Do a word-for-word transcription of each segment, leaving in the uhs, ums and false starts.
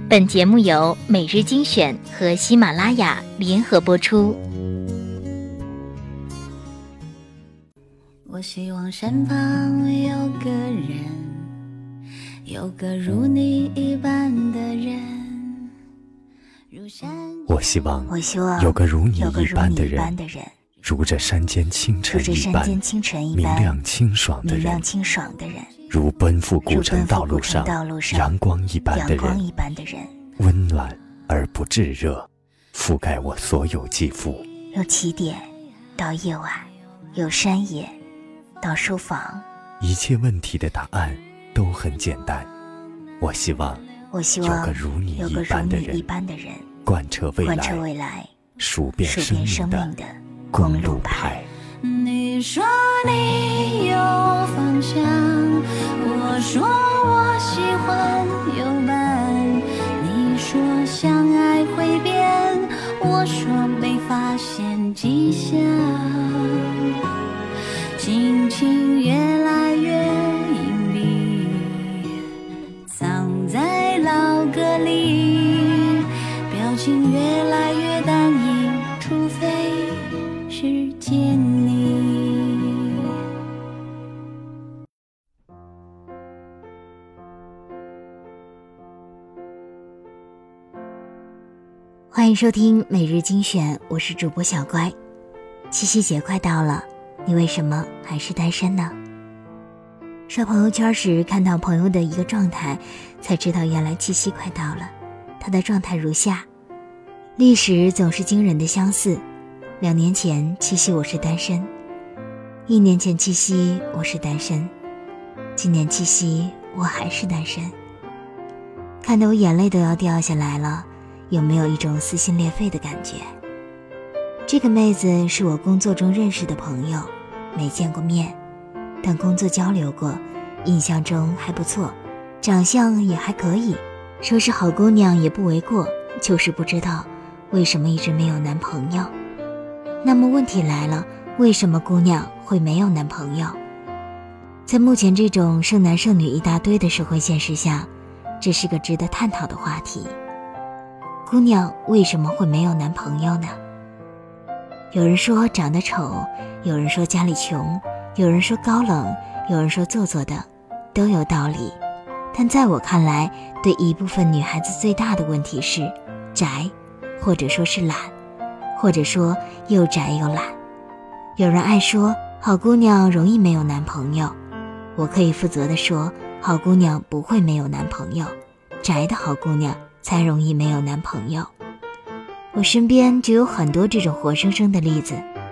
本节目由每日精选和喜马拉雅联合播出。 我希望身旁有个人，有个如你一般的人。 我希望我希望有个如你有个一般的如你一般人， 的人， 如这山间清晨如这一般山间清晨一明般亮清爽的人， 明亮清爽的人， 如奔赴古城如奔赴道路古城上道路上阳光一般的人， 阳光一般的人， 温暖而不炙热，覆盖我所有肌肤。 由起点到夜晚，由山野到书房， 一切问题的答案都很简单。我希望我希望有个如你有个如一般的你一人， 般的人， 贯彻未贯彻来， 未来， 数遍数生遍生命的命的公公路路牌牌。 你说你有方向，我说我喜欢有伴。你说相爱会变，我说没发现迹象。心情越来越隐蔽，藏在老歌里，表情越来越单一，除非是见你。 欢迎收听每日精选，我是主播小乖。七夕节快到了，你为什么还是单身呢？刷朋友圈时看到朋友的一个状态，才知道原来七夕快到了。他的状态如下：历史总是惊人的相似。两年前七夕我是单身，一年前七夕我是单身，今年七夕我还是单身。看得我眼泪都要掉下来了，有没有一种撕心裂肺的感觉？这个妹子是我工作中认识的朋友，没见过面，但工作交流过，印象中还不错，长相也还可以，说是好姑娘也不为过，就是不知道为什么一直没有男朋友。那么问题来了，为什么姑娘会没有男朋友？在目前这种剩男剩女一大堆的社会现实下，这是个值得探讨的话题。姑娘为什么会没有男朋友呢？有人说长得丑，有人说家里穷，有人说高冷，有人说做作的，都有道理。但在我看来，对一部分女孩子最大的问题是宅，或者说是懒，或者说又宅又懒。有人爱说好姑娘容易没有男朋友，我可以负责地说，好姑娘不会没有男朋友，宅的好姑娘才容易没有男朋友。我身边就有很多这种活生生的例子。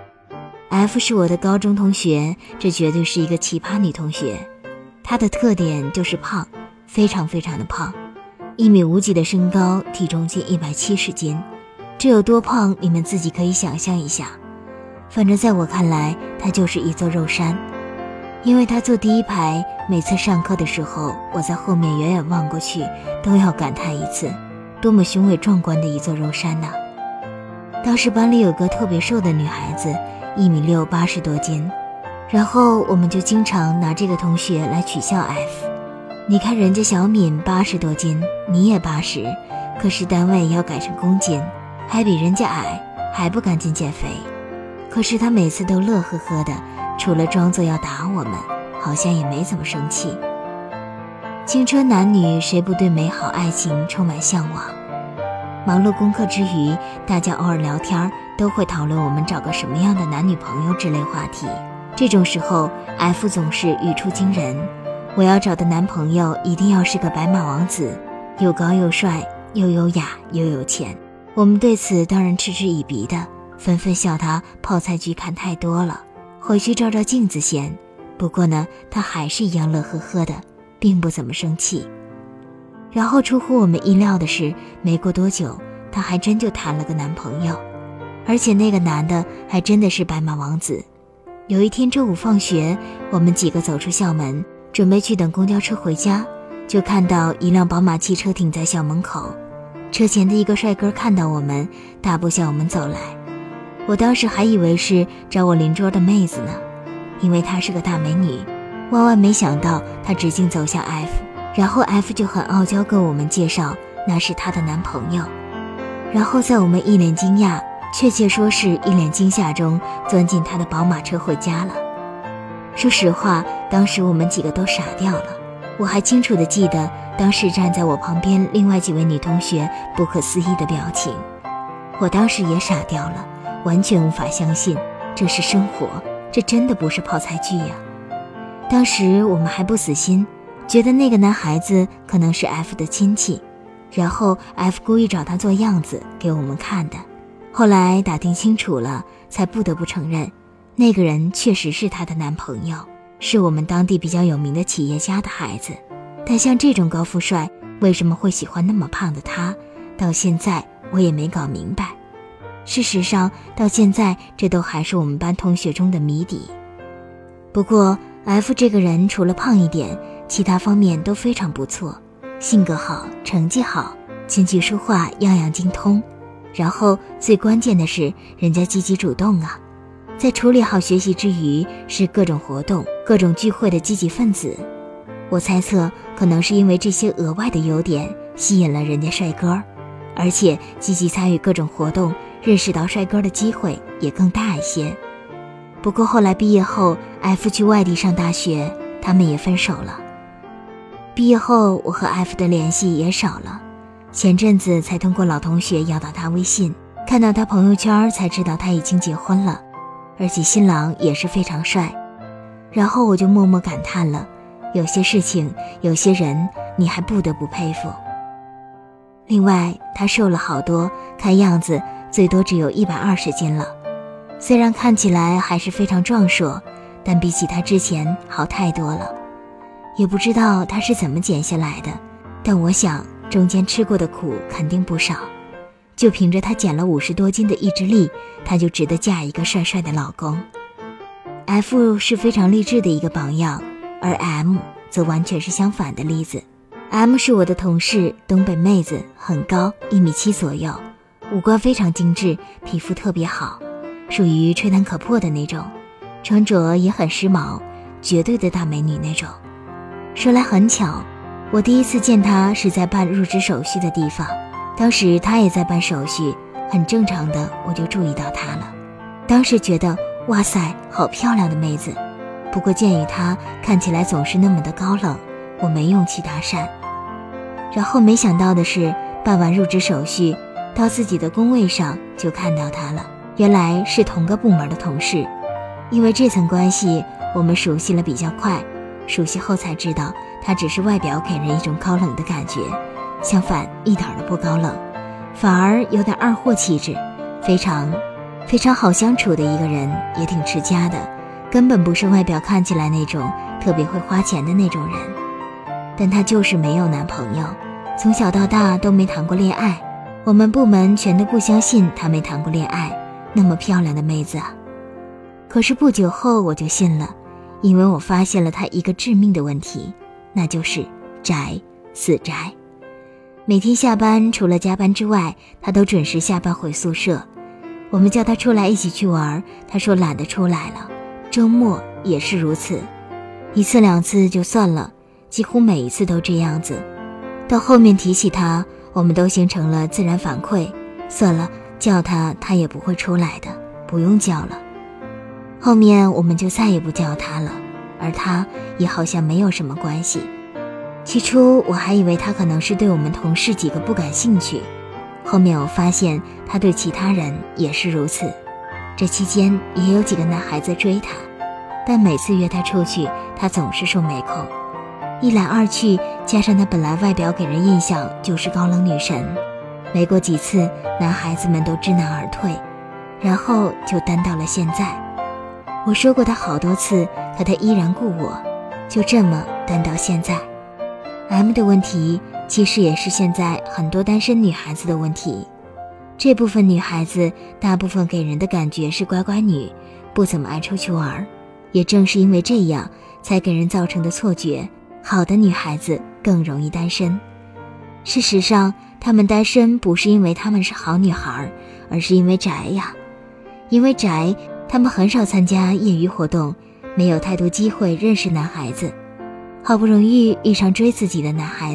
F 是我的高中同学，这绝对是一个奇葩女同学。她的特点就是胖，非常非常的胖，一米五几的身高，体重近一百七十斤，这有多胖你们自己可以想象一下。反正在我看来，她就是一座肉山。因为她坐第一排，每次上课的时候，我在后面远远望过去，都要感叹一次，多么雄伟壮观的一座肉山呐！当时班里有个特别瘦的女孩子，一米六，八十多斤，然后我们就经常拿这个同学来取笑 F。你看人家小敏八十多斤，你也八十，可是单位要改成公斤，还比人家矮，还不赶紧减肥。可是她每次都乐呵呵的，除了装作要打我们，好像也没怎么生气。青春男女谁不对美好爱情充满向往？忙碌功课之余，大家偶尔聊天都会讨论我们找个什么样的男女朋友之类话题。这种时候 F 总是语出惊人，我要找的男朋友一定要是个白马王子，又高又帅，又优雅又有钱。我们对此当然嗤之以鼻的，纷纷笑他泡菜剧看太多了，回去照照镜子先。不过呢，他还是一样乐呵呵的，并不怎么生气。然后出乎我们意料的是，没过多久，她还真就谈了个男朋友，而且那个男的还真的是白马王子。有一天周五放学，我们几个走出校门，准备去等公交车回家，就看到一辆宝马汽车停在校门口，车前的一个帅哥看到我们，大步向我们走来。我当时还以为是找我邻桌的妹子呢，因为她是个大美女。万万没想到她直径走向 F， 然后 F 就很傲娇跟我们介绍那是她的男朋友。然后在我们一脸惊讶，确切说是一脸惊吓中，钻进她的宝马车回家了。说实话，当时我们几个都傻掉了。我还清楚地记得当时站在我旁边另外几位女同学不可思议的表情。我当时也傻掉了，完全无法相信这是生活，这真的不是泡菜剧呀。当时我们还不死心，觉得那个男孩子可能是 F 的亲戚，然后 F 故意找他做样子给我们看的。后来打听清楚了，才不得不承认那个人确实是她的男朋友，是我们当地比较有名的企业家的孩子。但像这种高富帅为什么会喜欢那么胖的他，到现在我也没搞明白。事实上到现在这都还是我们班同学中的谜底。不过 F 这个人除了胖一点，其他方面都非常不错，性格好，成绩好，琴棋书画样样精通。然后最关键的是人家积极主动啊，在处理好学习之余是各种活动各种聚会的积极分子。我猜测可能是因为这些额外的优点吸引了人家帅哥，而且积极参与各种活动，认识到帅哥的机会也更大一些。不过后来毕业后 F 去外地上大学，他们也分手了。毕业后我和 F 的联系也少了，前阵子才通过老同学要到他微信，看到他朋友圈才知道他已经结婚了，而且新郎也是非常帅。然后我就默默感叹了，有些事情有些人你还不得不佩服。另外他瘦了好多，看样子最多只有一百二十斤了。虽然看起来还是非常壮硕，但比起他之前好太多了。也不知道他是怎么减下来的，但我想中间吃过的苦肯定不少。就凭着他减了五十多斤的意志力，他就值得嫁一个帅帅的老公。F 是非常励志的一个榜样，而 M 则完全是相反的例子。M 是我的同事，东北妹子，很高，一米七左右，五官非常精致，皮肤特别好，属于吹弹可破的那种，穿着也很时髦，绝对的大美女那种。说来很巧，我第一次见她是在办入职手续的地方，当时她也在办手续，很正常的我就注意到她了。当时觉得哇塞，好漂亮的妹子。不过鉴于她看起来总是那么的高冷，我没勇气搭讪。然后没想到的是，办完入职手续到自己的工位上就看到她了，原来是同个部门的同事。因为这层关系我们熟悉了比较快，熟悉后才知道她只是外表给人一种高冷的感觉，相反一点都不高冷，反而有点二货气质，非常非常好相处的一个人，也挺持家的，根本不是外表看起来那种特别会花钱的那种人。但她就是没有男朋友，从小到大都没谈过恋爱，我们部门全都不相信她没谈过恋爱，那么漂亮的妹子啊。可是不久后我就信了，因为我发现了她一个致命的问题，那就是宅，死宅。每天下班除了加班之外，她都准时下班回宿舍。我们叫她出来一起去玩，她说懒得出来了，周末也是如此，一次两次就算了，几乎每一次都这样子。到后面提起她，我们都形成了自然反馈，算了，叫她她也不会出来的，不用叫了。后面我们就再也不叫她了，而她也好像没有什么关系。起初我还以为她可能是对我们同事几个不感兴趣，后面我发现她对其他人也是如此。这期间也有几个男孩子追她，但每次约她出去，她总是说没空。一来二去，加上她本来外表给人印象就是高冷女神，没过几次男孩子们都知难而退，然后就单到了现在。我说过她好多次，可她依然顾我，就这么单到现在。 M 的问题其实也是现在很多单身女孩子的问题。这部分女孩子大部分给人的感觉是乖乖女，不怎么爱出去玩，也正是因为这样才给人造成的错觉，好的女孩子更容易单身。事实上她们单身不是因为她们是好女孩，而是因为宅呀。因为宅，她们很少参加业余活动，没有太多机会认识男孩子，好不容易遇上追自己的男孩子，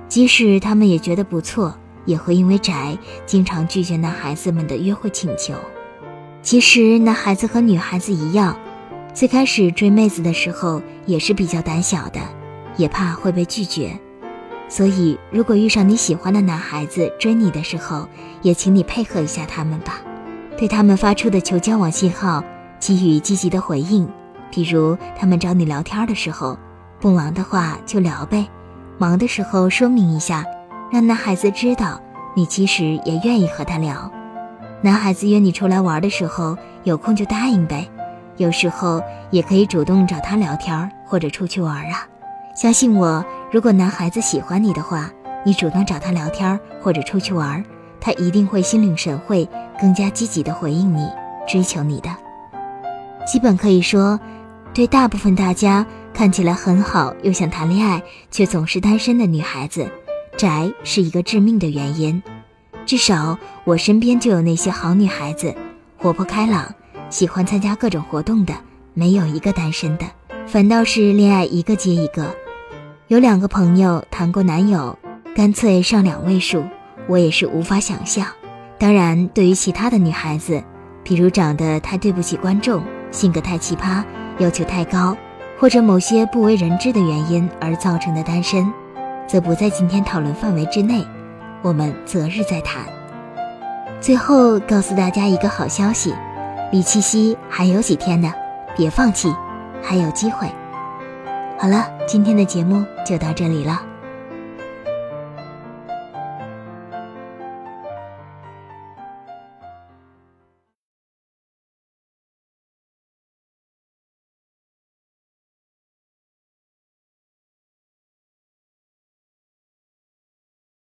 即使他们也觉得不错，也会因为宅经常拒绝男孩子们的约会请求。其实男孩子和女孩子一样，最开始追妹子的时候也是比较胆小的，也怕会被拒绝。所以如果遇上你喜欢的男孩子追你的时候，也请你配合一下他们吧，对他们发出的求交往信号给予积极的回应。比如他们找你聊天的时候，不忙的话就聊呗，忙的时候说明一下，让男孩子知道你其实也愿意和他聊。男孩子约你出来玩的时候，有空就答应呗，有时候也可以主动找他聊天或者出去玩啊。相信我，如果男孩子喜欢你的话，你主动找他聊天或者出去玩，他一定会心领神会，更加积极地回应你，追求你的。基本可以说，对大部分大家看起来很好又想谈恋爱却总是单身的女孩子，宅是一个致命的原因。至少我身边就有那些好女孩子，活泼开朗，喜欢参加各种活动的，没有一个单身的，反倒是恋爱一个接一个。有两个朋友谈过男友，干脆上两位数，我也是无法想象。当然对于其他的女孩子，比如长得太对不起观众，性格太奇葩，要求太高，或者某些不为人知的原因而造成的单身，则不在今天讨论范围之内，我们择日再谈。最后告诉大家一个好消息，离七夕还有几天呢，别放弃，还有机会。好了，今天的节目就到这里了。